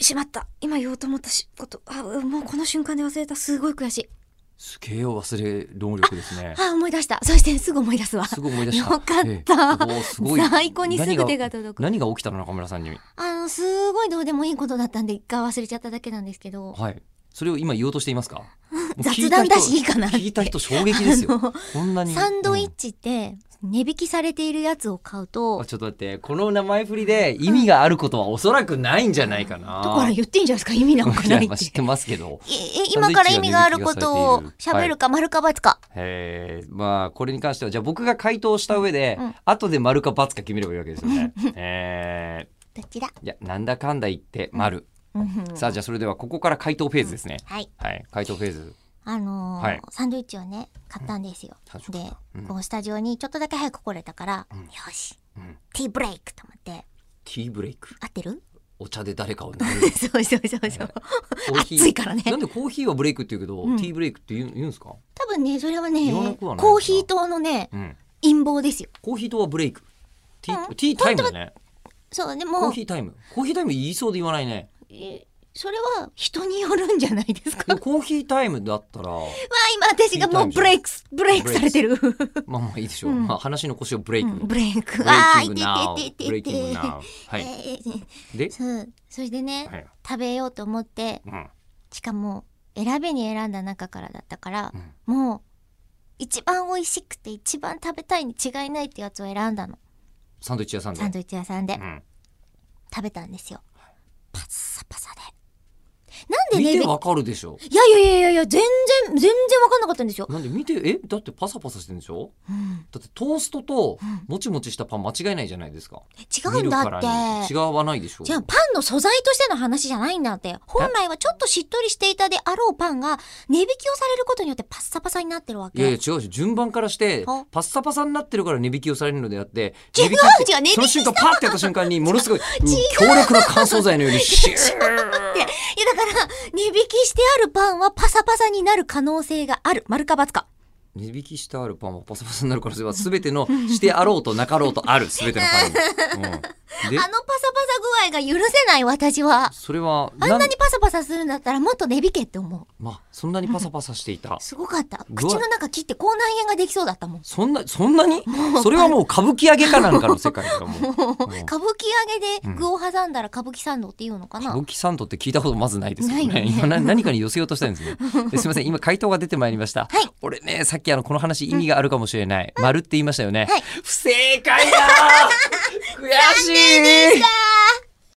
しまった。今言おうと思ったこと、もうこの瞬間で忘れた。すごい悔しい。 すげえ忘れ能力ですね。 思い出した。そしてすぐ思い出すわ。 すぐ思い出した。 よかった。 すごい。 最高にすぐ手が届く。 何が起きたの、中村さんに。 すごいどうでもいいことだったんで一回忘れちゃっただけなんですけど。 はい。それを今言おうとしていますか。 雑談だしいいかな。 聞いた人衝撃ですよ。こんなに。 サンドイッチって値引きされているやつを買うと、 ちょっと待って、この名前振りで意味があることはおそらくないんじゃないかな。 だから言っていいんじゃないですか。意味なんかないって。 知ってますけど。 今から意味があることを喋るか丸か×か。 まあこれに関してはじゃあ僕が回答した上で、後で丸か×か決めればいいわけですよね。 どちら？ いや、なんだかんだ言って丸。さあ、じゃあそれではここから回答フェーズですね。はい。回答フェーズ。 サンドイッチをね買ったんですよ。で、こうスタジオにちょっとだけ早く来れたから、よし、ティーブレイクと思って。 ティーブレイク合ってる？ お茶で誰かを飲む。 そう暑いからね。 なんでコーヒーはブレイクって言うけど、ティーブレイクって言うんですか？ 多分ね、それはね、コーヒー党のね、陰謀ですよ。 コーヒー党はブレイク。ティータイムだね。そうね、もうコーヒータイム言いそうで言わないね。 それは人によるんじゃないですか。 コーヒータイムだったら今私がもうブレイクされてる。 まあいいでしょう。話の腰をブレイク。 ブレイクナウ。ブレイキングナウ。はい。で、 それでね、食べようと思って、しかも選んだ中からだったから、もう一番美味しくて一番食べたいに違いないってやつを選んだの。 サンドイッチ屋さんで食べたんですよ。パッサパサで。なんでね、 見てわかるでしょ。 いや全然わかんなかったんですよ。 なんで見て、だってパサパサしてるんでしょ。だってトーストともちもちしたパン間違いないじゃないですか。 違うんだって。 違わないでしょ。 じゃあパンの素材としての話じゃないんだって。本来はちょっとしっとりしていたであろうパンが値引きをされることによってパッサパサになってるわけ。 いや違うし、順番からしてパッサパサになってるから値引きをされるのであって、 違うその瞬間パッてやった瞬間にものすごい強力な乾燥剤のようにシューって。 いやだから値引きしてあるパンはパサパサになる可能性がある。丸か×か。 値引きしてあるパンはパサパサになる可能性は全てのしてあろうとなかろうとある全てのパンに。 パサパサ具合が許せない私は。 それはあんなにパサパサするんだったらもっと値引けって思う。 まあそんなにパサパサしていた。 すごかった。口の中切って口内炎ができそうだったもん。 そんなにそれはもう歌舞伎揚げかなんかの世界だもん。 歌舞伎揚げで具を挟んだら歌舞伎サンドっていうのかな。 歌舞伎サンドって聞いたことまずないですけどね。 今何かに寄せようとしたんですね。すみません、今回答が出てまいりました。俺ね、さっきこの話意味があるかもしれない。丸って言いましたよね。不正解だ。悔しい。